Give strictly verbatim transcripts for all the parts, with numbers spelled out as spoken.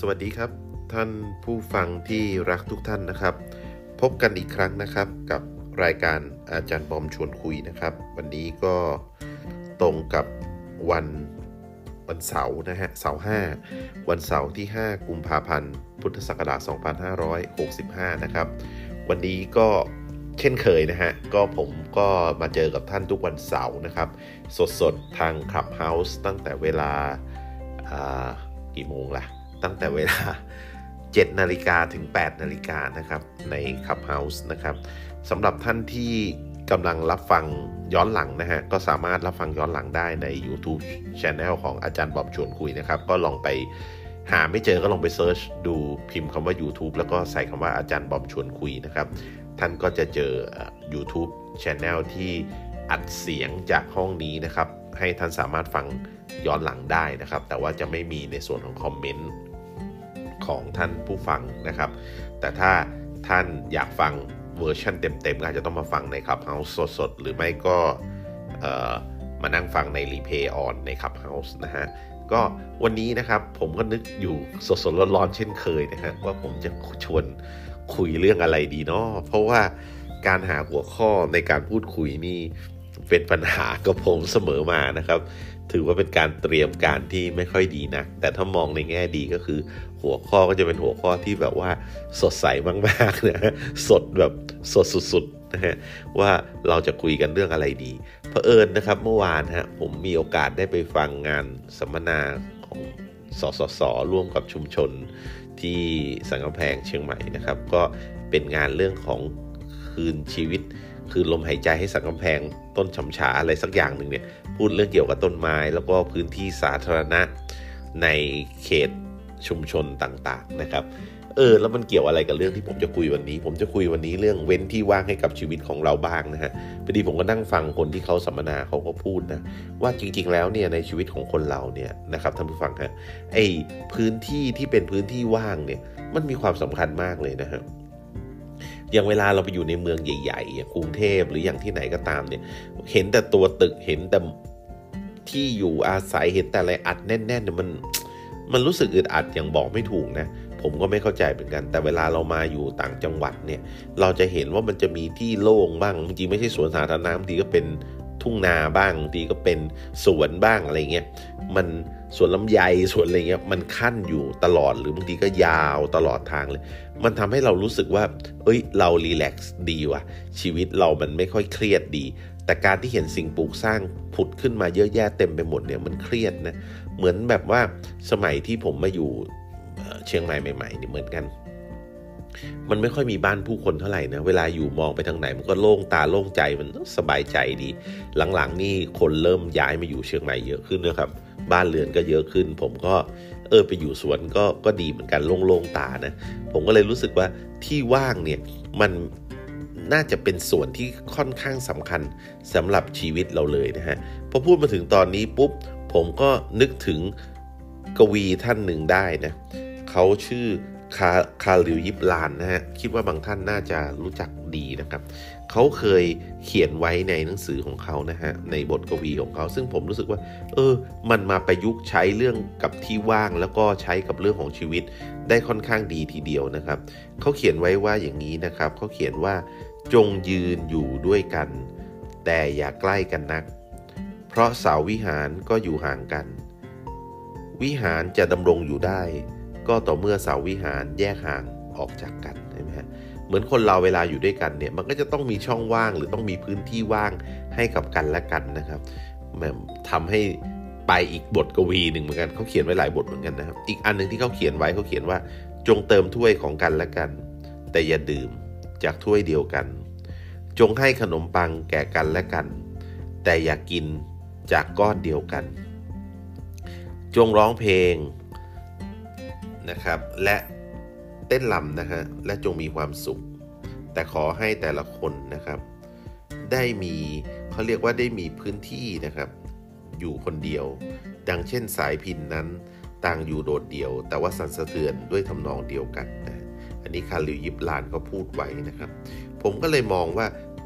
วัสดีครับท่านผู้ฟังที่รักทุกท่านนะครับพบกันอีกครั้งนะครับกับรายการอาจารย์บอมชวนคุยนะครับวันนี้ก็ตรงกับวันวันเสาร์นะฮะเสาร์ห้าวันเสาร์ที่ห้ากุมภาพันธ์พุทธศักราชสองพันห้าร้อยหกสิบห้านะครับวันนี้ก็เช่นเคยนะฮะก็ผมก็มาเจอกับท่านทุกวันเสาร์นะครับสดๆทาง Clubhouse ตั้งแต่เวลากี่โมงล่ะตั้งแต่เวลา เจ็ดนาฬิกาถึงแปดนาฬิกานะครับใน Clubhouse นะครับสำหรับท่านที่กำลังรับฟังย้อนหลังนะฮะก็สามารถรับฟังย้อนหลังได้ใน YouTube Channel ของอาจารย์บอมชวนคุยนะครับก็ลองไปหาไม่เจอก็ลองไปเซิร์ชดูพิมพ์คำว่า YouTube แล้วก็ใส่คำว่าอาจารย์บอมชวนคุยนะครับท่านก็จะเจอ YouTube Channel ที่อัดเสียงจากห้องนี้นะครับให้ท่านสามารถฟังย้อนหลังได้นะครับแต่ว่าจะไม่มีในส่วนของคอมเมนต์ของท่านผู้ฟังนะครับแต่ถ้าท่านอยากฟังเวอร์ชันเต็มๆก็อาจจะต้องมาฟังใน Clubhouse สดๆหรือไม่ก็มานั่งฟังในรีเพย์ออนใน Clubhouse นะฮะก็วันนี้นะครับผมก็นึกอยู่สดๆร้อนๆเช่นเคยนะฮะว่าผมจะชวนคุยเรื่องอะไรดีเนาะเพราะว่าการหาหัวข้อในการพูดคุยนี่เป็นปัญหากับผมเสมอมานะครับถือว่าเป็นการเตรียมการที่ไม่ค่อยดีนะแต่ถ้ามองในแง่ดีก็คือหัวข้อก็จะเป็นหัวข้อที่แบบว่าสดใสมากๆนะสดแบบสดสุดๆนะฮะว่าเราจะคุยกันเรื่องอะไรดีเผอิญนะครับเมื่อวานฮะผมมีโอกาสได้ไปฟังงานสัมมนาของสสสร่วมกับชุมชนที่สันกำแพงเชียงใหม่นะครับก็เป็นงานเรื่องของคืนชีวิตคืนลมหายใจให้สันกำแพงต้นฉำฉาอะไรสักอย่างหนึ่งเนี่ยพูดเรื่องเกี่ยวกับต้นไม้แล้วก็พื้นที่สาธารณะในเขตชุมชนต่างๆนะครับเออแล้วมันเกี่ยวอะไรกับเรื่องที่ผมจะคุยวันนี้ผมจะคุยวันนี้เรื่องเว้นที่ว่างให้กับชีวิตของเราบ้างนะฮะพอดีผมก็นั่งฟังคนที่เขาสัมมนาเขาก็พูดนะว่าจริงๆแล้วเนี่ยในชีวิตของคนเราเนี่ยนะครับท่านผู้ฟังฮะไอ้พื้นที่ที่เป็นพื้นที่ว่างเนี่ยมันมีความสำคัญมากเลยนะครับอย่างเวลาเราไปอยู่ในเมืองใหญ่ๆอย่างกรุงเทพหรืออย่างที่ไหนก็ตามเนี่ยเห็นแต่ตัวตึกเห็นแต่ที่อยู่อาศัยเห็นแต่อะไรอัดแน่นๆเนี่ยมันมันรู้สึกอึดอัดอย่างบอกไม่ถูกนะผมก็ไม่เข้าใจเหมือนกันแต่เวลาเรามาอยู่ต่างจังหวัดเนี่ยเราจะเห็นว่ามันจะมีที่โล่งบ้างจริงๆไม่ใช่สวนสาธารณะบางทีก็เป็นทุ่งนาบ้างบางทีก็เป็นสวนบ้างอะไรเงี้ยมันสวนลำไยสวนอะไรเงี้ยมันขั้นอยู่ตลอดหรือบางทีก็ยาวตลอดทางเลยมันทำให้เรารู้สึกว่าเอ้ยเรารีแลกซ์ดีว่ะชีวิตเรามันไม่ค่อยเครียดดีแต่การที่เห็นสิ่งปลูกสร้างผุดขึ้นมาเยอะแยะเต็มไปหมดเนี่ยมันเครียดนะเหมือนแบบว่าสมัยที่ผมมาอยู่เชียงใหม่ใหม่ๆนี่เหมือนกันมันไม่ค่อยมีบ้านผู้คนเท่าไหร่นะเวลาอยู่มองไปทางไหนมันก็โล่งตาโล่งใจมันสบายใจดีหลังๆนี่คนเริ่มย้ายมาอยู่เชียงใหม่เยอะขึ้นนะครับบ้านเรือนก็เยอะขึ้นผมก็เออไปอยู่สวนก็ก็ดีเหมือนกันโล่งๆตานะผมก็เลยรู้สึกว่าที่ว่างเนี่ยมันน่าจะเป็นส่วนที่ค่อนข้างสำคัญสำหรับชีวิตเราเลยนะฮะพอพูดมาถึงตอนนี้ปุ๊บผมก็นึกถึงกวีท่านหนึ่งได้นะเขาชื่อคาคาลิวยิบลานนะฮะคิดว่าบางท่านน่าจะรู้จักดีนะครับเขาเคยเขียนไว้ในหนังสือของเขานะฮะในบทกวีของเขาซึ่งผมรู้สึกว่าเออมันมาประยุกต์ใช้เรื่องกับที่ว่างแล้วก็ใช้กับเรื่องของชีวิตได้ค่อนข้างดีทีเดียวนะครับเขาเขียนไว้ว่าอย่างนี้นะครับเขาเขียนว่าจงยืนอยู่ด้วยกันแต่อย่าใกล้กันนักเพราะเสาวิหารก็อยู่ห่างกันวิหารจะดำรงอยู่ได้ก็ต่อเมื่อเสาวิหารแยกห่างออกจากกันใช่ไหมฮะเหมือนคนเราเวลาอยู่ด้วยกันเนี่ยมันก็จะต้องมีช่องว่างหรือต้องมีพื้นที่ว่างให้กับกันและกันนะครับแบบทำให้ไปอีกบทกวีหนึ่งเหมือนกันเขาเขียนไว้หลายบทเหมือนกันนะครับอีกอันหนึ่งที่เขาเขียนไว้เขาเขียนว่าจงเติมถ้วยของกันและกันแต่อย่าดื่มจากถ้วยเดียวกันจงให้ขนมปังแก่กันและกันแต่อย่ากินจากก้อนเดียวกันจงร้องเพลงนะครับและเต้นรำนะฮะและจงมีความสุขแต่ขอให้แต่ละคนนะครับได้มีเขาเรียกว่าได้มีพื้นที่นะครับอยู่คนเดียวดังเช่นสายพิณนั้นต่างอยู่โดดเดี่ยวแต่ว่าสั่นสะเทือนด้วยทำนองเดียวกันนะอันนี้คาลิวยิบลานก็พูดไว้นะครับผมก็เลยมองว่า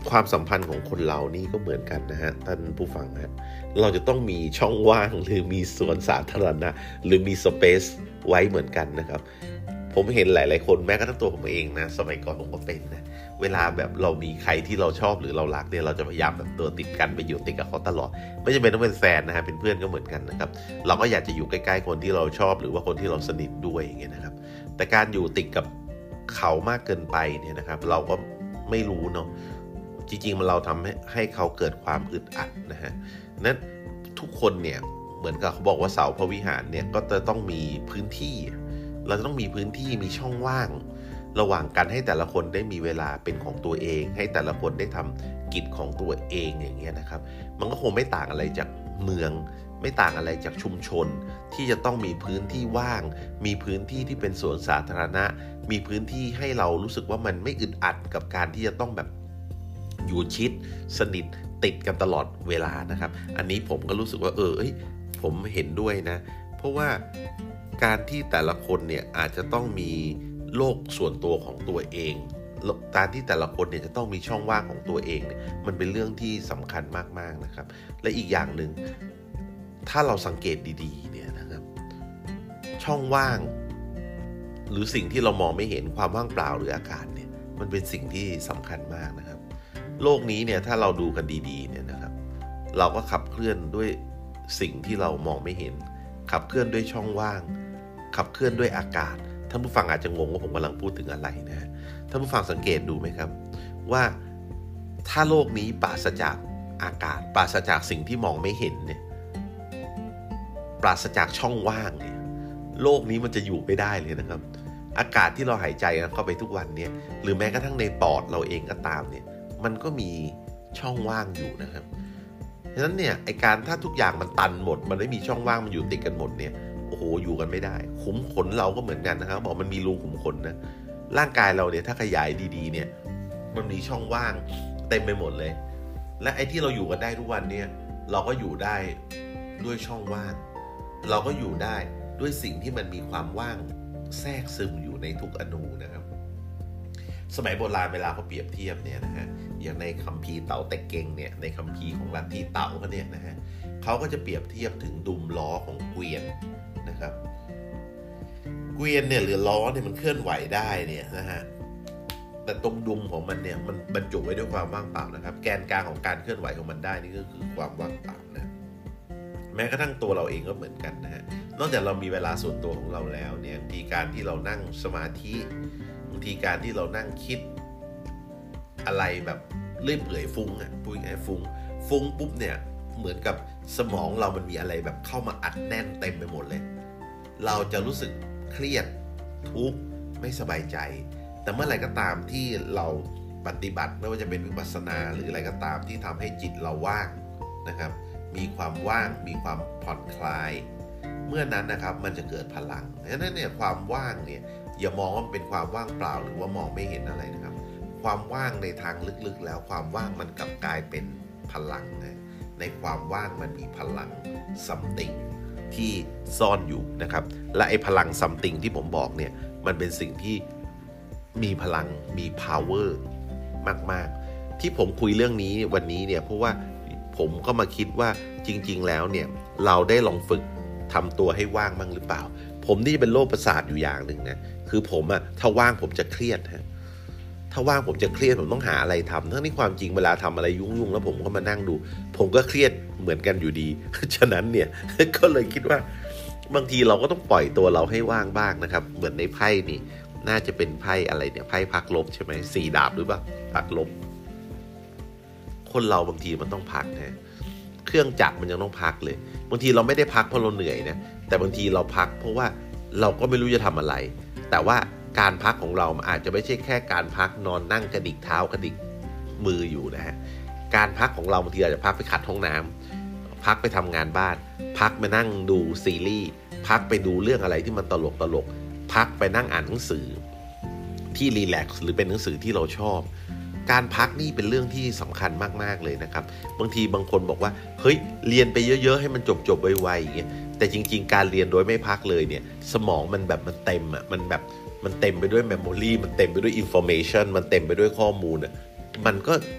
ความสัมพันธ์ของคนเรานี่ก็เหมือนกันนะฮะท่านผู้ฟังฮะเราจะต้องมีช่องว่างหรือมีสวนสาธารณะหรือมีสเปซไว้เหมือนกันนะครับผมเห็นหลายๆคนแม้กระทั่งตัวผมเองนะสมัยก่อนผมก็เป็นนะเวลาแบบเรามีใครที่เราชอบหรือเรารักเนี่ยเราจะพยายามแบบตัวติดกันไปอยู่ติดกับเขาตลอดไม่จำเป็นต้องเป็นแฟนนะฮะเป็นเพื่อนก็เหมือนกันนะครับเราก็อยากจะอยู่ใกล้ๆคนที่เราชอบหรือว่าคนที่เราสนิทด้วยอย่างเงี้ยนะครับแต่การอยู่ติดกับเขามากเกินไปเนี่ยนะครับเราก็ไม่รู้เนาะจริงๆมันเราทำให้ให้เขาเกิดความอึดอัดนะฮะนั้นทุกคนเนี่ยเหมือนกับเขาบอกว่าเสาพระวิหารเนี่ยก็จะต้องมีพื้นที่เราจะต้องมีพื้นที่มีช่องว่างระหว่างกันให้แต่ละคนได้มีเวลาเป็นของตัวเองให้แต่ละคนได้ทำกิจของตัวเองอย่างเงี้ยนะครับมันก็คงไม่ต่างอะไรจากเมืองไม่ต่างอะไรจากชุมชนที่จะต้องมีพื้นที่ว่างมีพื้นที่ที่เป็นสวนสาธารณะมีพื้นที่ให้เรารู้สึกว่ามันไม่อึดอัดกับการที่จะต้องแบบอยู่ชิดสนิทติดกันตลอดเวลานะครับอันนี้ผมก็รู้สึกว่าเออเอ้ยผมเห็นด้วยนะเพราะว่าการที่แต่ละคนเนี่ยอาจจะต้องมีโลกส่วนตัวของตัวเองการที่แต่ละคนเนี่ยจะต้องมีช่องว่างของตัวเองเนี่ยมันเป็นเรื่องที่สำคัญมากๆนะครับและอีกอย่างหนึ่งถ้าเราสังเกตดีๆเนี่ยนะครับช่องว่างหรือสิ่งที่เรามองไม่เห็นความว่างเปล่าหรืออากาศเนี่ยมันเป็นสิ่งที่สำคัญมากนะครับโลกนี้เนี่ยถ้าเราดูกันดีๆเนี่ยนะครับเราก็ขับเคลื่อนด้วยสิ่งที่เรามองไม่เห็นขับเคลื่อนด้วยช่องว่างขับเคลื่อนด้วยอากาศท่านผู้ฟังอาจจะงงว่าผมกำลังพูดถึงอะไรนะท่านผู้ฟังสังเกตดูไหมครับว่าถ้าโลกนี้ปราศจากอากาศปราศจากสิ่งที่มองไม่เห็นเนี่ยปราศจากช่องว่างเนี่ยโลกนี้มันจะอยู่ไม่ได้เลยนะครับอากาศที่เราหายใจเข้าไปทุกวันเนี่ยหรือแม้กระทั่งในปอดเราเองก็ตามเนี่ยมันก็มีช่องว่างอยู่นะครับฉะนั้นเนี่ยไอการถ้าทุกอย่างมันตันหมดมันไม่มีช่องว่างมันอยู่ติดกันหมดเนี่ยโอ้โหอยู่กันไม่ได้ขุมขนเราก็เหมือนกันนะครับบอกมันมีรูขุมขนนะร่างกายเราเนี่ยถ้าขยายดีๆเนี่ยมันมีช่องว่างเต็มไปหมดเลยและไอ้ที่เราอยู่กันได้ทุกวันเนี่ยเราก็อยู่ได้ด้วยช่องว่างเราก็อยู่ได้ด้วยสิ่งที่มันมีความว่างแทรกซึมอยู่ในทุกอนูนะครับสมัยโบราณเวลาเขาเปรียบเทียบเนี่ยนะฮะอย่างในคัมภีร์เต๋าแต่เก่งเนี่ยในคัมภีร์ของลัทธิเต๋าเขาเนี่ยนะฮะเขาก็จะเปรียบเทียบถึงดุมล้อของเกวียนนะครับเกวียนเนี่ยหรือล้อเนี่ยมันเคลื่อนไหวได้เนี่ยนะฮะแต่ตรงดุมของมันเนี่ยมันบรรจุไว้ด้วยความว่างเปล่านะครับแกนกลางของการเคลื่อนไหวของมันได้นี่ก็คือความว่างเปล่านะแม้กระทั่งตัวเราเองก็เหมือนกันนะฮะนอกจากเรามีเวลาส่วนตัวของเราแล้วเนี่ยบางทีการที่เรานั่งสมาธิบางทีการที่เรานั่งคิดอะไรแบบเลื่อยเปื่อยฟุ้งอ่ะพูดง่ายๆฟุ้งฟุ้งปุ๊บเนี่ยเหมือนกับสมองเรามันมีอะไรแบบเข้ามาอัดแน่นเต็มไปหมดเลยเราจะรู้สึกเครียดทุกข์ไม่สบายใจแต่เมื่อไหร่ก็ตามที่เราปฏิบัติไม่ว่าจะเป็นวิปัสสนาหรืออะไรก็ตามที่ทำให้จิตเราว่างนะครับมีความว่างมีความผ่อนคลายเมื่อนั้นนะครับมันจะเกิดพลังเพราะฉะนั้นเนี่ยความว่างเนี่ยอย่ามองว่ามันเป็นความว่างเปล่าหรือว่ามองไม่เห็นอะไรนะครับความว่างในทางลึกๆแล้วความว่างมันกลับกลายเป็นพลังนะในความว่างมันมีพลัง something ที่ซ่อนอยู่นะครับและไอ้พลัง something ที่ผมบอกเนี่ยมันเป็นสิ่งที่มีพลังมี power มากๆที่ผมคุยเรื่องนี้วันนี้เนี่ยเพราะว่าผมก็มาคิดว่าจริงๆแล้วเนี่ยเราได้ลองฝึกทำตัวให้ว่างบ้างหรือเปล่าผมนี่เป็นโรคประสาทอยู่อย่างหนึ่งนะคือผมอะถ้าว่างผมจะเครียดฮะถ้าว่างผมจะเครียดผมต้องหาอะไรทำทั้งที่ความจริงเวลาทำอะไรยุ่งๆแล้วผมก็มานั่งดูผมก็เครียดเหมือนกันอยู่ดีฉะนั้นเนี่ยก็เลยคิดว่าบางทีเราก็ต้องปล่อยตัวเราให้ว่างบ้างนะครับเหมือนในไพ่นี่น่าจะเป็นไพ่อะไรเนี่ยไพ่พักลบใช่ไหมสี่ดาบหรือเปล่าพักลบคนเราบางทีมันต้องพักนะเครื่องจักรมันยังต้องพักเลยบางทีเราไม่ได้พักเพราะเราเหนื่อยนะแต่บางทีเราพักเพราะว่าเราก็ไม่รู้จะทำอะไรแต่ว่าการพักของเราอาจจะไม่ใช่แค่การพักนอนนั่งกระดิกเท้ากระดิกมืออยู่นะฮะการพักของเราบางทีอาจจะพักไปขัดห้องน้ำพักไปทำงานบ้านพักไปนั่งดูซีรีส์พักไปดูเรื่องอะไรที่มันตลกตลกพักไปนั่งอ่านหนังสือที่รีแลกซ์หรือเป็นหนังสือที่เราชอบการพักนี่เป็นเรื่องที่สำคัญมากๆเลยนะครับบางทีบางคนบอกว่าเฮ้ยเรียนไปเยอะๆให้มันจบๆไวๆอย่างเงี้ยแต่จริงๆการเรียนโดยไม่พักเลยเนี่ยสมองมันแบบมันเต็มอ่ะมันแบบมันเต็มไปด้วยเมมโมรีมันเต็มไปด้วยอินฟอร์เมชันมันเต็มไปด้วยข้อมูลอ่ะมันก็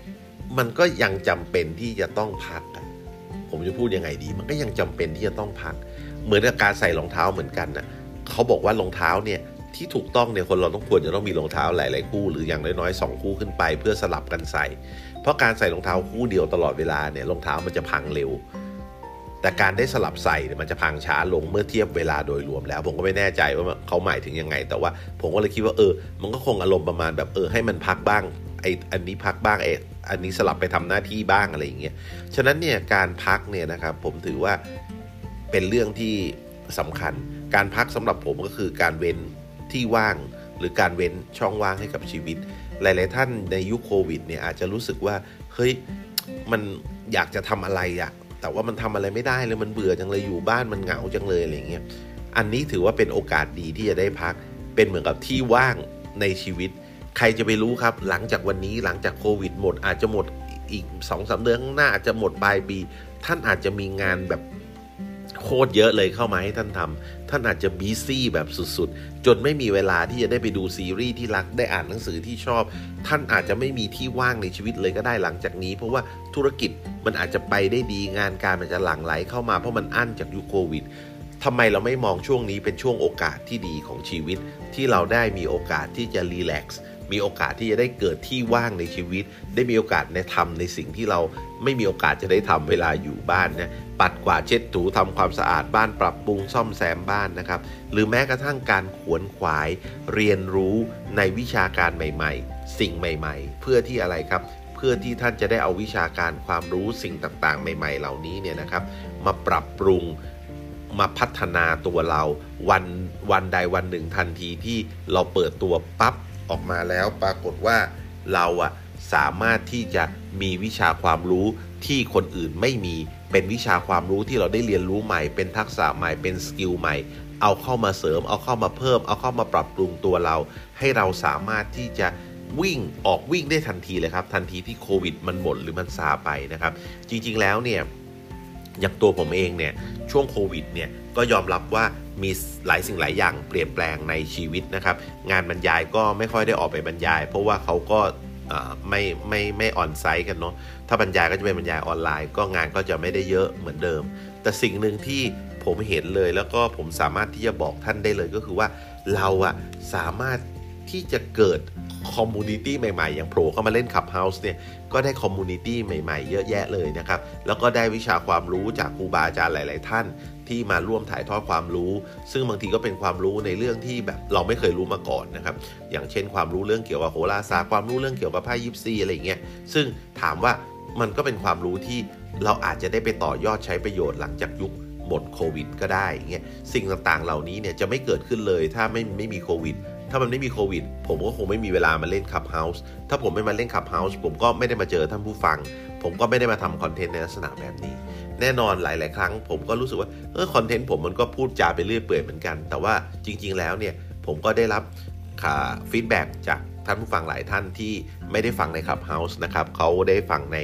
มันก็ยังจำเป็นที่จะต้องพักผมจะพูดยังไงดีมันก็ยังจำเป็นที่จะต้องพักเหมือนกับการใส่รองเท้าเหมือนกันนะเขาบอกว่ารองเท้าเนี่ยที่ถูกต้องเนี่ยคนเราต้องควรจะต้องมีรองเท้าหลายๆคู่หรืออย่างน้อยๆสองคู่ขึ้นไปเพื่อสลับกันใส่เพราะการใส่รองเท้าคู่เดียวตลอดเวลาเนี่ยรองเท้ามันจะพังเร็วแต่การได้สลับใส่เนี่ยมันจะพังช้าลงเมื่อเทียบเวลาโดยรวมแล้วผมก็ไม่แน่ใจว่าเขาหมายถึงยังไงแต่ว่าผมก็เลยคิดว่าเออมันก็คงอารมณ์ประมาณแบบเออให้มันพักบ้างไอ้อันนี้พักบ้างไอ้อันนี้สลับไปทำหน้าที่บ้างอะไรอย่างเงี้ยฉะนั้นเนี่ยการพักเนี่ยนะครับผมถือว่าเป็นเรื่องที่สำคัญการพักสำหรับผมก็คือการเว้นที่ว่างหรือการเว้นช่องว่างให้กับชีวิตหลายๆท่านในยุคโควิดเนี่ยอาจจะรู้สึกว่าเฮ้ยมันอยากจะทำอะไรอะแต่ว่ามันทำอะไรไม่ได้เลยมันเบื่อจังเลยอยู่บ้านมันเหงาจังเลยอะไรอย่างเงี้ยอันนี้ถือว่าเป็นโอกาสดีที่จะได้พักเป็นเหมือนกับที่ว่างในชีวิตใครจะไปรู้ครับหลังจากวันนี้หลังจากโควิดหมดอาจจะหมดอีก สองถึงสาม เดือนข้างหน้าอาจจะหมดปลายปีท่านอาจจะมีงานแบบโคตรเยอะเลยเข้ามาให้ท่านทำท่านอาจจะบีซี่แบบสุดๆจนไม่มีเวลาที่จะได้ไปดูซีรีส์ที่รักได้อ่านหนังสือที่ชอบท่านอาจจะไม่มีที่ว่างในชีวิตเลยก็ได้หลังจากนี้เพราะว่าธุรกิจมันอาจจะไปได้ดีงานการมันจะหลั่งไหลเข้ามาเพราะมันอั้นจากยุคโควิดทำไมเราไม่มองช่วงนี้เป็นช่วงโอกาสที่ดีของชีวิตที่เราได้มีโอกาสที่จะรีแลกซ์มีโอกาสที่จะได้เกิดที่ว่างในชีวิตได้มีโอกาสในทำในสิ่งที่เราไม่มีโอกาสจะได้ทำเวลาอยู่บ้านนะปัดกวาดเช็ดถูทำความสะอาดบ้านปรับปรุงซ่อมแซมบ้านนะครับหรือแม้กระทั่งการขวนขวายเรียนรู้ในวิชาการใหม่ๆสิ่งใหม่ๆเพื่อที่อะไรครับเพื่อที่ท่านจะได้เอาวิชาการความรู้สิ่งต่างๆใหม่ๆเหล่านี้เนี่ยนะครับมาปรับปรุงมาพัฒนาตัวเราวันวันใดวันหนึ่งทันทีที่เราเปิดตัวปั๊บออกมาแล้วปรากฏว่าเราอะสามารถที่จะมีวิชาความรู้ที่คนอื่นไม่มีเป็นวิชาความรู้ที่เราได้เรียนรู้ใหม่เป็นทักษะใหม่เป็นสกิลใหม่เอาเข้ามาเสริมเอาเข้ามาเพิ่มเอาเข้ามาปรับปรุงตัวเราให้เราสามารถที่จะวิ่งออกวิ่งได้ทันทีเลยครับทันทีที่โควิดมันหมดหรือมันซาไปนะครับจริงๆแล้วเนี่ยอย่างตัวผมเองเนี่ยช่วงโควิดเนี่ยก็ยอมรับว่ามีหลายสิ่งหลายอย่างเปลี่ยนแปลงในชีวิตนะครับงานบรรยายก็ไม่ค่อยได้ออกไปบรรยายเพราะว่าเขาก็ไม่ไม่ไม่ออนไซต์กันเนาะถ้าบรรยายก็จะเป็นบรรยายออนไลน์ก็งานก็จะไม่ได้เยอะเหมือนเดิมแต่สิ่งหนึ่งที่ผมเห็นเลยแล้วก็ผมสามารถที่จะบอกท่านได้เลยก็คือว่าเราอะสามารถที่จะเกิดคอมมูนิตี้ใหม่ๆอย่างโผล่เข้ามาเล่น Clubhouse เนี่ยก็ได้คอมมูนิตี้ใหม่ๆเยอะแยะเลยนะครับแล้วก็ได้วิชาความรู้จากครูบาอาจารย์หลายๆท่านที่มาร่วมถ่ายทอดความรู้ซึ่งบางทีก็เป็นความรู้ในเรื่องที่แบบเราไม่เคยรู้มาก่อนนะครับอย่างเช่นความรู้เรื่องเกี่ยวกับโหราศาสตร์ความรู้เรื่องเกี่ยวกับไพ่ยิปซีอะไรอย่างเงี้ยซึ่งถามว่ามันก็เป็นความรู้ที่เราอาจจะได้ไปต่อยอดใช้ประโยชน์หลังจากยุคหมดโควิดก็ได้อย่างเงี้ยสิ่งต่างๆเหล่านี้เนี่ยจะไม่เกิดขึ้นเลยถ้าไม่ไม่มีโควิดถ้ามันไม่มีโควิดผมก็คงไม่มีเวลามาเล่น Clubhouse ถ้าผมไม่มาเล่น Clubhouse ผมก็ไม่ได้มาเจอท่านผู้ฟังผมก็ไม่ได้มาทำคอนเทนต์ในลักษณะแบบนี้แน่นอนหลายๆครั้งผมก็รู้สึกว่าเออคอนเทนต์ผมมันก็พูดจาไปเรื่อยเปื่อยเหมือนกันแต่ว่าจริงๆแล้วเนี่ยผมก็ได้รับฟีดแบ็กจากท่านผู้ฟังหลายท่านที่ไม่ได้ฟังใน Clubhouse นะครับเขาได้ฟังใน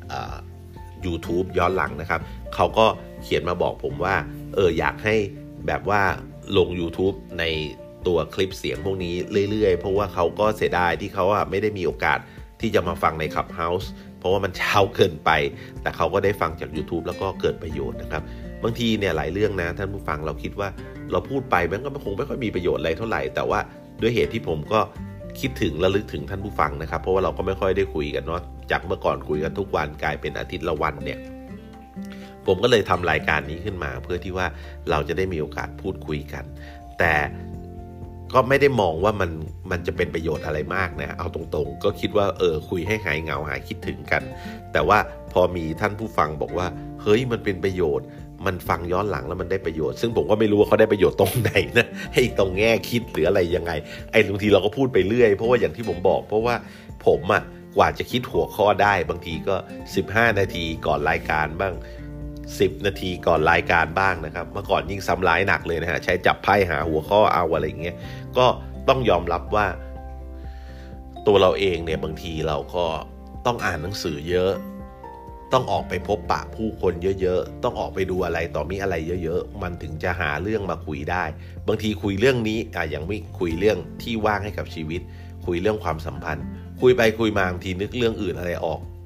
YouTube ย้อนหลังนะครับเขาก็เขียนมาบอกผมว่าเอออยากให้แบบว่าลง YouTube ในตัวคลิปเสียงพวกนี้เรื่อยๆเพราะว่าเขาก็เสียดายที่เขาอ่ะไม่ได้มีโอกาสที่จะมาฟังใน Clubhouse เพราะว่ามันเช้าเกินไปแต่เขาก็ได้ฟังจาก YouTube แล้วก็เกิดประโยชน์นะครับบางทีเนี่ยหลายเรื่องนะท่านผู้ฟังเราคิดว่าเราพูดไปมันก็คงไม่ค่อยมีประโยชน์อะไรเท่าไหร่แต่ว่าด้วยเหตุที่ผมก็คิดถึงระลึกถึงท่านผู้ฟังนะครับเพราะว่าเราก็ไม่ค่อยได้คุยกันเนาะจากเมื่อก่อนคุยกันทุกวันกลายเป็นอาทิตย์ละวันเนี่ยผมก็เลยทำรายการนี้ขึ้นมาเพื่อที่ว่าเราจะได้มีโอกาสพูดคุยกันแต่ก็ไม่ได้มองว่ามันมันจะเป็นประโยชน์อะไรมากนะเอาตรงๆก็คิดว่าเออคุยให้หายเหงาหายคิดถึงกันแต่ว่าพอมีท่านผู้ฟังบอกว่าเฮ้ยมันเป็นประโยชน์มันฟังย้อนหลังแล้วมันได้ประโยชน์ซึ่งผมก็ไม่รู้ว่าเขาได้ประโยชน์ตรงไหนนะให้ตรงแง่คิดหรืออะไรยังไงไอ้บางทีเราก็พูดไปเรื่อยเพราะว่าอย่างที่ผมบอกเพราะว่าผมอ่ะกว่าจะคิดหัวข้อได้บางทีก็สิบห้านาทีก่อนรายการบ้างสิบนาทีก่อนรายการบ้างนะครับเมื่อก่อนยิ่งซ้ำร้ายหนักเลยนะฮะใช้จับไพ่หาหัวข้อเอาอะไรอย่างเงี้ยก็ต้องยอมรับว่าตัวเราเองเนี่ยบางทีเราก็ต้องอ่านหนังสือเยอะต้องออกไปพบปะผู้คนเยอะๆต้องออกไปดูอะไรต่อมีอะไรเยอะๆมันถึงจะหาเรื่องมาคุยได้บางทีคุยเรื่องนี้อ่ะอย่างไม่คุยเรื่องที่ว่างให้กับชีวิตคุยเรื่องความสัมพันธ์คุยไปคุยมาบางทีนึกเรื่องอื่นอะไรออก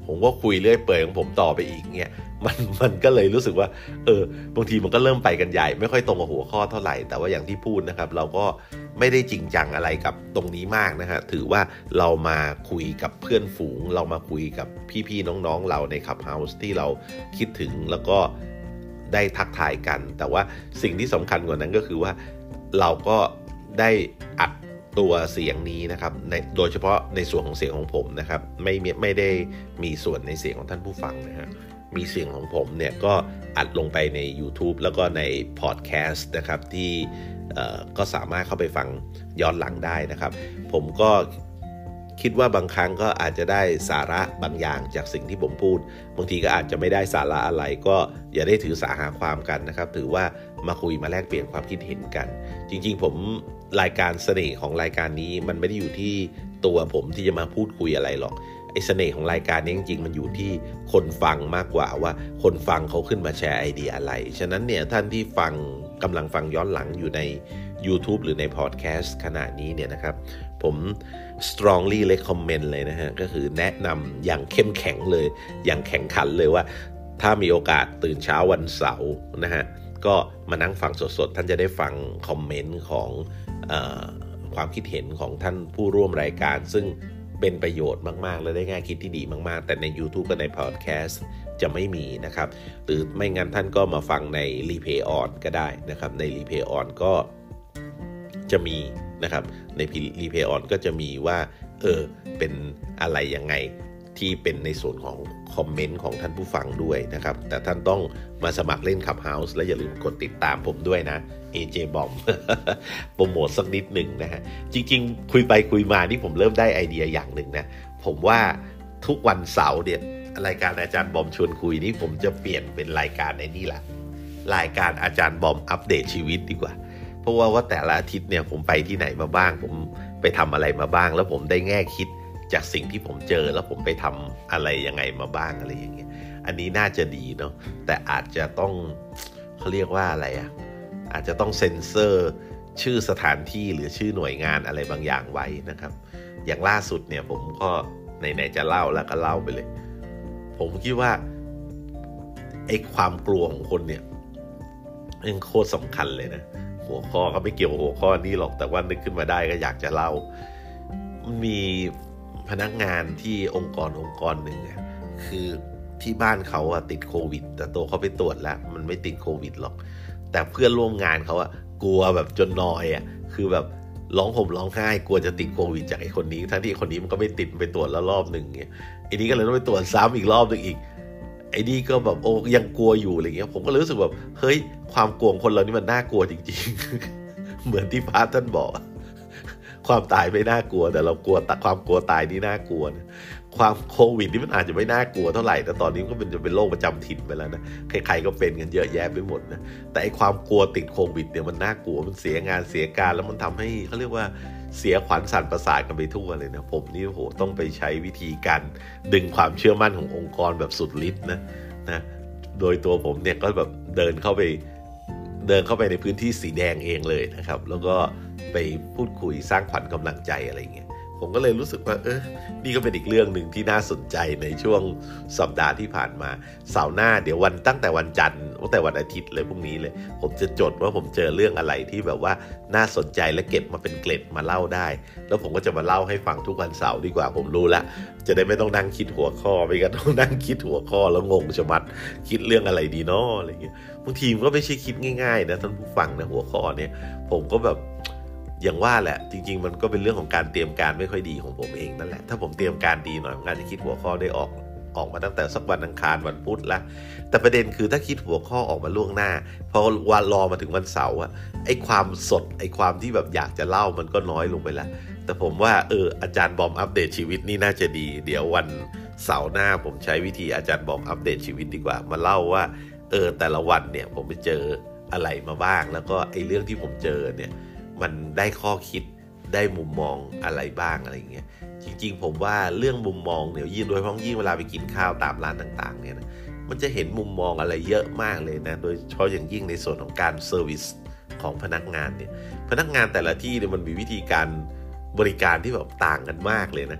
ผมก็คุยเรื่อยเปื่อยของผมต่อไปอีกเงี้ยมันมันก็เลยรู้สึกว่าเออบางทีมันก็เริ่มไปกันใหญ่ไม่ค่อยตรงกับหัวข้อเท่าไหร่แต่ว่าอย่างที่พูดนะครับเราก็ไม่ได้จริงจังอะไรกับตรงนี้มากนะฮะถือว่าเรามาคุยกับเพื่อนฝูงเรามาคุยกับพี่ๆน้องๆเราใน Clubhouse ที่เราคิดถึงแล้วก็ได้ทักทายกันแต่ว่าสิ่งที่สำคัญกว่านั้นก็คือว่าเราก็ได้อัดตัวเสียงนี้นะครับในโดยเฉพาะในส่วนของเสียงของผมนะครับไม่ไม่ได้มีส่วนในเสียงของท่านผู้ฟังนะฮะมีเสียงของผมเนี่ยก็อัดลงไปใน YouTube แล้วก็ในพอดแคสต์นะครับที่ก็สามารถเข้าไปฟังย้อนหลังได้นะครับผมก็คิดว่าบางครั้งก็อาจจะได้สาระบางอย่างจากสิ่งที่ผมพูดบางทีก็อาจจะไม่ได้สาระอะไรก็อย่าได้ถือสาหาความกันนะครับถือว่ามาคุยมาแลกเปลี่ยนความคิดเห็นกันจริงๆผมรายการเสน่ห์ของรายการนี้มันไม่ได้อยู่ที่ตัวผมที่จะมาพูดคุยอะไรหรอกไอ้เสน่ห์ของรายการนี้จริงๆมันอยู่ที่คนฟังมากกว่าว่าคนฟังเขาขึ้นมาแชร์ไอเดียอะไรฉะนั้นเนี่ยท่านที่ฟังกำลังฟังย้อนหลังอยู่ใน YouTube หรือในพอดแคสต์ขณะนี้เนี่ยนะครับผม strongly recommend เลยนะฮะก็คือแนะนำอย่างเข้มแข็งเลยอย่างแข็งขันเลยว่าถ้ามีโอกาสตื่นเช้าวันเสาร์นะฮะก็มานั่งฟังสดๆท่านจะได้ฟังคอมเมนต์ของเอ่อความคิดเห็นของท่านผู้ร่วมรายการซึ่งเป็นประโยชน์มากๆและได้แง่คิดที่ดีมากๆแต่ใน YouTube กับในพอดแคสต์จะไม่มีนะครับหรือไม่งั้นท่านก็มาฟังใน Replay On ก็ได้นะครับใน Replay On ก็จะมีนะครับใน Replay On ก็จะมีว่าเออเป็นอะไรยังไงที่เป็นในส่วนของคอมเมนต์ของท่านผู้ฟังด้วยนะครับแต่ท่านต้องมาสมัครเล่น Clubhouse และอย่าลืมกดติดตามผมด้วยนะ เอ เจ Bomb โปรโมทสักนิดหนึ่งนะฮะจริงๆคุยไปคุยมานี่ผมเริ่มได้ไอเดียอย่างหนึ่งนะผมว่าทุกวันเสาร์เนี่ยรายการอาจารย์บอมชวนคุยนี่ผมจะเปลี่ยนเป็นรายการในนี่แหละรายการอาจารย์บอมอัปเดตชีวิตดีกว่าเพราะว่าว่าแต่ละอาทิตย์เนี่ยผมไปที่ไหนมาบ้างผมไปทำอะไรมาบ้างแล้วผมได้แง่คิดจากสิ่งที่ผมเจอแล้วผมไปทำอะไรยังไงมาบ้างอะไรอย่างเงี้ยอันนี้น่าจะดีเนาะแต่อาจจะต้องเขาเรียกว่าอะไรอะอาจจะต้องเซ็นเซอร์ชื่อสถานที่หรือชื่อหน่วยงานอะไรบางอย่างไว้นะครับอย่างล่าสุดเนี่ยผมก็ไหนๆจะเล่าแล้วก็เล่าไปเลยผมคิดว่าไอ้ความกลัวของคนเนี่ยมันโคตรสำคัญเลยนะหัวข้อก็ไม่เกี่ยวกับหัวข้อนี้หรอกแต่ว่านึกขึ้นมาได้ก็อยากจะเล่ามีพนักงานที่องค์กรองค์กรหนึ่งคือที่บ้านเขาอะติดโควิดแต่ตัวเขาไปตรวจแล้วมันไม่ติดโควิดหรอกแต่เพื่อนร่วมงานเขาอะกลัวแบบจนนอยอะคือแบบร้องห่มร้องไห้กลัวจะติดโควิดจากไอ้คนนี้ทั้งที่คนนี้มันก็ไม่ติดไปตรวจแล้วรอบหนึ่งเงี้ยไอ้นี้ก็เลยต้องไปตรวจซ้ำอีกรอบนึงอีกไอ้นี่ก็แบบโอ้ยังกลัวอยู่อะไรเงี้ยผมก็รู้สึกแบบเฮ้ยความกลัวของคนเรานี่มันน่ากลัวจริงๆ เหมือนที่พระท่านบอกความตายไม่น่ากลัวแต่เรากลัวแต่ความกลัวตายนี่น่ากลัวนะความโควิดนี่มันอาจจะไม่น่ากลัวเท่าไหร่แต่ตอนนี้ก็เป็นจะเป็นโรคประจำถิ่นไปแล้วนะใครๆก็เป็นกันเยอะแยะไปหมดนะแต่ไอ้ความกลัวติดโควิดเนี่ยมันน่ากลัวมันเสียงานเสียการแล้วมันทำให้เขาเรียกว่าเสียขวัญสั่นประสาทกันไปทั่วเลยนะผมนี่โหต้องไปใช้วิธีการดึงความเชื่อมั่นขององค์กรแบบสุดฤทธิ์นะนะโดยตัวผมเนี่ยก็แบบเดินเข้าไปเดินเข้าไปในพื้นที่สีแดงเองเลยนะครับแล้วก็ไปพูดคุยสร้างขวัญกำลังใจอะไรเงี้ยผมก็เลยรู้สึกว่าเออนี่ก็เป็นอีกเรื่องหนึ่งที่น่าสนใจในช่วงสัปดาห์ที่ผ่านมาเสาร์หน้าเดี๋ยววันตั้งแต่วันจันทร์ตั้งแต่วันอาทิตย์เลยพรุ่งนี้เลยผมจะจดว่าผมเจอเรื่องอะไรที่แบบว่าน่าสนใจและเก็บมาเป็นเกล็ดมาเล่าได้แล้วผมก็จะมาเล่าให้ฟังทุกวันเสาร์ดีกว่าผมรู้ละจะได้ไม่ต้องนั่งคิดหัวข้อไม่งั้นต้องนั่งคิดหัวข้อแล้วงงชะมัดคิดเรื่องอะไรดีเนาะอะไรเงี้ยบางทีมันก็ไม่ใช่คิดง่ายๆนะท่านผู้ฟังนะหัวข้อเนี่ยผมก็แบบอย่างว่าแหละจริงๆมันก็เป็นเรื่องของการเตรียมการไม่ค่อยดีของผมเองนั่นแหละถ้าผมเตรียมการดีหน่อยผมอาจจะคิดหัวข้อได้ออกออกมาตั้งแต่สักวันอังคารวันพุธละแต่ประเด็นคือถ้าคิดหัวข้อออกมาล่วงหน้าพอวันรอมาถึงวันเสาร์อะไอ้ความสดไอ้ความที่แบบอยากจะเล่ามันก็น้อยลงไปละแต่ผมว่าเอออาจารย์บอมอัปเดตชีวิตนี่น่าจะดีเดี๋ยววันเสาร์หน้าผมใช้วิธีอาจารย์บอมอัปเดตชีวิตดีกว่ามาเล่าว่าเออแต่ละวันเนี่ยผมไปเจออะไรมาบ้างแล้วก็ไอ้เรื่องที่ผมเจอเนี่ยมันได้ข้อคิดได้มุมมองอะไรบ้างอะไรเงี้ยจริงๆผมว่าเรื่องมุมมองเนี่ยยิ่งโดยเฉพาะยิ่งเวลาไปกินข้าวตามร้านต่างๆเนี่ยนะมันจะเห็นมุมมองอะไรเยอะมากเลยนะโดยเฉพาะอย่างยิ่งในส่วนของการเซอร์วิสของพนักงานเนี่ยพนักงานแต่ละที่เนี่ยมันมีวิธีการบริการที่แบบต่างกันมากเลยนะ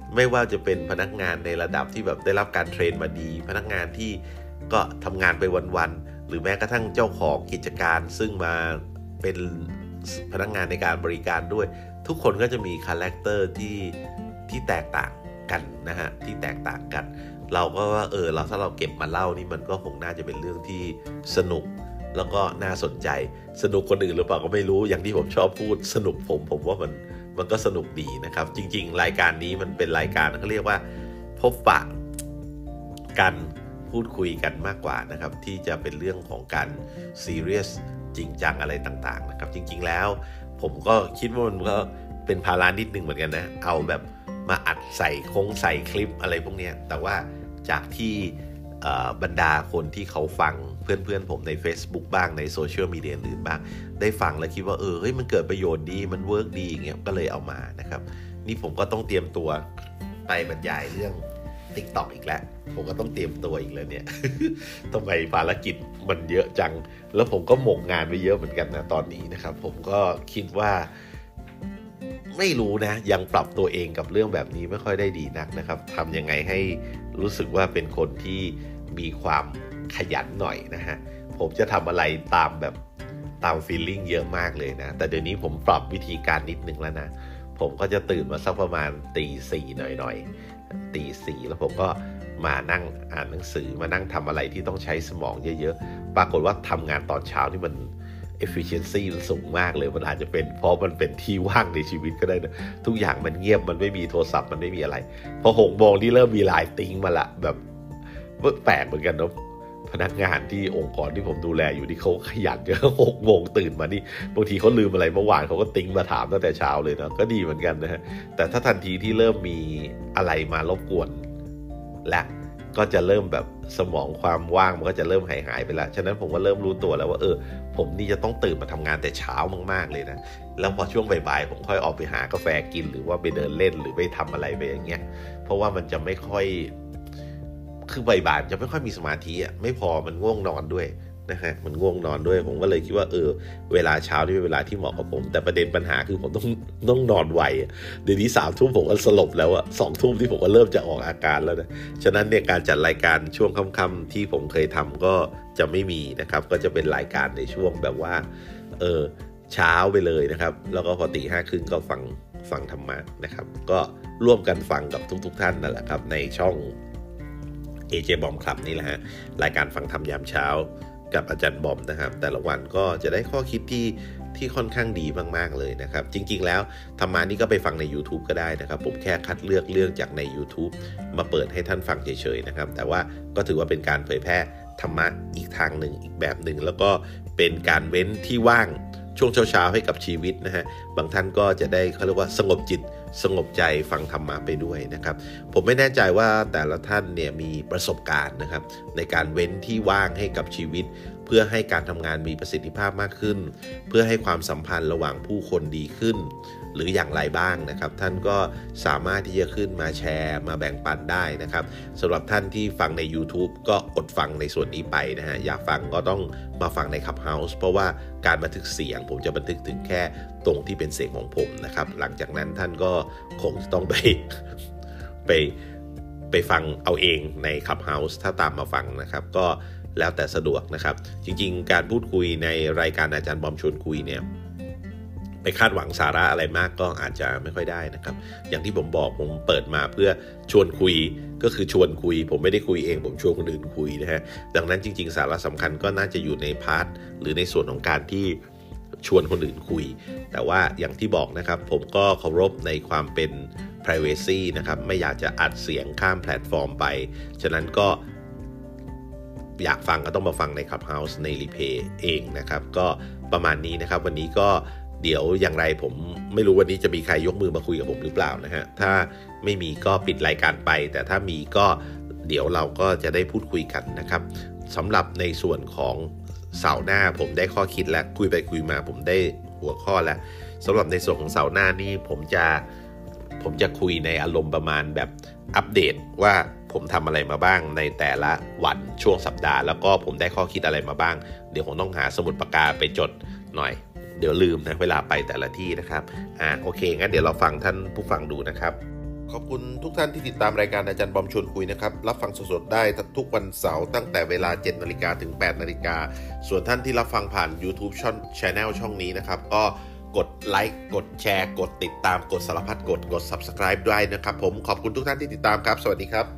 ไม่ว่าจะเป็นพนักงานในระดับที่แบบได้รับการเทรนมาดีพนักงานที่ก็ทำงานไปวันๆหรือแม้กระทั่งเจ้าของกิจการซึ่งมาเป็นพนักงานในการบริการด้วยทุกคนก็จะมีคาแรคเตอร์ที่ที่แตกต่างกันนะฮะที่แตกต่างกันเราก็ว่าเออเราถ้าเราเก็บมาเล่านี่มันก็คงน่าจะเป็นเรื่องที่สนุกแล้วก็น่าสนใจสนุกคนอื่นหรือเปล่าก็ไม่รู้อย่างที่ผมชอบพูดสนุกผมผมว่ามันมันก็สนุกดีนะครับจริงๆรายการนี้มันเป็นรายการเขาเรียกว่าพบปะกันพูดคุยกันมากกว่านะครับที่จะเป็นเรื่องของการซีเรียสจริงจังอะไรต่างๆนะครับจริงๆแล้วผมก็คิดว่ามันก็เป็นภาระนิดนึงเหมือนกันนะเอาแบบมาอัดใส่คงใส่คลิปอะไรพวกนี้แต่ว่าจากที่บรรดาคนที่เขาฟังเพื่อนๆผมใน Facebook บ้างในโซเชียลมีเดียอื่นบ้างได้ฟังแล้วคิดว่าเออเฮ้ยมันเกิดประโยชน์ดีมันเวิร์กดีอย่างเงี้ยก็เลยเอามานะครับนี่ผมก็ต้องเตรียมตัวไปบรรยายเรื่อง TikTok อีกแล้วผมก็ต้องเตรียมตัวอีกแล้วเนี่ย ทำไมภารกิจมันเยอะจังแล้วผมก็หมกงานไปเยอะเหมือนกันนะตอนนี้นะครับผมก็คิดว่าไม่รู้นะยังปรับตัวเองกับเรื่องแบบนี้ไม่ค่อยได้ดีนักนะครับทำยังไงให้รู้สึกว่าเป็นคนที่มีความขยันหน่อยนะฮะผมจะทำอะไรตามแบบตามฟีลลิ่งเยอะมากเลยนะแต่เดี๋ยวนี้ผมปรับวิธีการนิดนึงแล้วนะผมก็จะตื่นมาสักประมาณตีสี่หน่อยๆตีสี่แล้วผมก็มานั่งอ่านหนังสือมานั่งทำอะไรที่ต้องใช้สมองเยอะๆปรากฏว่าทำงานตอนเช้าที่มันefficiency มันสูงมากเลยมันอาจจะเป็นเพราะมันเป็นที่ว่างในชีวิตก็ได้นะทุกอย่างมันเงียบมันไม่มีโทรศัพท์มันไม่มีอะไรพอหกโมงที่เริ่มมีไลน์ติ้งมาละแบบแปลกเหมือนกันเนาะพนักงานที่องค์กรที่ผมดูแลอยู่ที่เขาขยันเยอะหกโมงตื่นมานี่บางทีเขาลืมอะไรเมื่อวานเขาก็ติ้งมาถามตั้งแต่เช้าเลยนะก็ดีเหมือนกันนะฮะแต่ถ้าทันทีที่เริ่มมีอะไรมารบกวนและก็จะเริ่มแบบสมองความว่างมันก็จะเริ่มหายหายไปแล้วฉะนั้นผมก็เริ่มรู้ตัวแล้วว่าเออผมนี่จะต้องตื่นมาทำงานแต่เช้ามากๆเลยนะแล้วพอช่วงบ่ายๆผมค่อยออกไปหากาแฟกินหรือว่าไปเดินเล่นหรือไปทำอะไรไปอย่างเงี้ยเพราะว่ามันจะไม่ค่อยคือบ่ายๆจะไม่ค่อยมีสมาธิอ่ะไม่พอมันง่วงนอนด้วยนะฮะมันง่วงนอนด้วยผมก็เลยคิดว่าเออเวลาเช้านี่เป็นเวลาที่เหมาะกับผมแต่ประเด็นปัญหาคือผมต้องต้องนอนไวเดี๋ยวนี้สามทุ่มผมก็สลบแล้วอะสองทุ่มที่ผมก็เริ่มจะออกอาการแล้วนะฉะนั้นเนี่ยการจัดรายการช่วงค่ำๆที่ผมเคยทำก็จะไม่มีนะครับก็จะเป็นรายการในช่วงแบบว่าเออเช้าไปเลยนะครับแล้วก็พอตีห้าครึ่งก็ฟังฟังธรรมะนะครับก็ร่วมกันฟังกับทุกๆท่านนั่นแหละครับในช่อง เอ เจ Bomb Club นี่แหละฮะรายการฟังธรรมยามเช้ากับอาจารย์บอมนะครับแต่ละวันก็จะได้ข้อคิดที่ที่ค่อนข้างดีมากๆเลยนะครับจริงๆแล้วธรรมะนี่ก็ไปฟังใน YouTube ก็ได้นะครับผมแค่คัดเลือกเรื่องจากใน YouTube มาเปิดให้ท่านฟังเฉยๆนะครับแต่ว่าก็ถือว่าเป็นการเผยแพร่ธรรมะอีกทางหนึ่งอีกแบบหนึ่งแล้วก็เป็นการเว้นที่ว่างช่วงเช้าๆให้กับชีวิตนะฮะบางท่านก็จะได้เขาเรียกว่าสงบจิตสงบใจฟังธรรมะไปด้วยนะครับผมไม่แน่ใจว่าแต่ละท่านเนี่ยมีประสบการณ์นะครับในการเว้นที่ว่างให้กับชีวิตเพื่อให้การทำงานมีประสิทธิภาพมากขึ้นเพื่อให้ความสัมพันธ์ระหว่างผู้คนดีขึ้นหรืออย่างไรบ้างนะครับท่านก็สามารถที่จะขึ้นมาแชร์มาแบ่งปันได้นะครับสำหรับท่านที่ฟังใน YouTube ก็อดฟังในส่วนนี้ไปนะฮะอยากฟังก็ต้องมาฟังใน Clubhouse เพราะว่าการบันทึกเสียงผมจะบันทึกถึงแค่ตรงที่เป็นเสียงของผมนะครับหลังจากนั้นท่านก็คงต้องไป ไปไปฟังเอาเองใน Clubhouse ถ้าตามมาฟังนะครับก็แล้วแต่สะดวกนะครับจริงๆการพูดคุยในรายการอาจารย์บอมชวนคุยเนี่ยไปคาดหวังสาระอะไรมากก็อาจจะไม่ค่อยได้นะครับอย่างที่ผมบอกผมเปิดมาเพื่อชวนคุยก็คือชวนคุยผมไม่ได้คุยเองผมชวนคนอื่นคุยนะฮะดังนั้นจริงๆสาระสำคัญก็น่าจะอยู่ในพาร์ทหรือในส่วนของการที่ชวนคนอื่นคุยแต่ว่าอย่างที่บอกนะครับผมก็เคารพในความเป็น privacy นะครับไม่อยากจะอัดเสียงข้ามแพลตฟอร์มไปฉะนั้นก็อยากฟังก็ต้องมาฟังใน Clubhouse ใน Replay เองนะครับก็ประมาณนี้นะครับวันนี้ก็เดี๋ยวอย่างไรผมไม่รู้วันนี้จะมีใครยกมือมาคุยกับผมหรือเปล่านะฮะถ้าไม่มีก็ปิดรายการไปแต่ถ้ามีก็เดี๋ยวเราก็จะได้พูดคุยกันนะครับสำหรับในส่วนของเสาร์หน้าผมได้ข้อคิดแล้วคุยไปคุยมาผมได้หัวข้อแล้วสำหรับในส่วนของเสาร์หน้านี่ผมจะผมจะคุยในอารมณ์ประมาณแบบอัปเดตว่าผมทำอะไรมาบ้างในแต่ละวันช่วงสัปดาห์แล้วก็ผมได้ข้อคิดอะไรมาบ้างเดี๋ยวผมต้องหาสมุดปากกาไปจดหน่อยเดี๋ยวลืมนะเวลาไปแต่ละที่นะครับอ่าโอเคงั้นเดี๋ยวเราฟังท่านผู้ฟังดูนะครับขอบคุณทุกท่านที่ติดตามรายการอาจารย์บอมชวนคุยนะครับรับฟังสดๆได้ทุกวันเสาร์ตั้งแต่เวลา เจ็ดนาฬิกา ถึง แปดนาฬิกา ส่วนท่านที่รับฟังผ่าน YouTube ช่อง Channel ช่องนี้นะครับก็กดไลค์กดแชร์กดติดตามกดสารพัดกดกด Subscribe ด้วยนะครับผมขอบคุณทุกท่านที่ติดตามครับสวัสดีครับ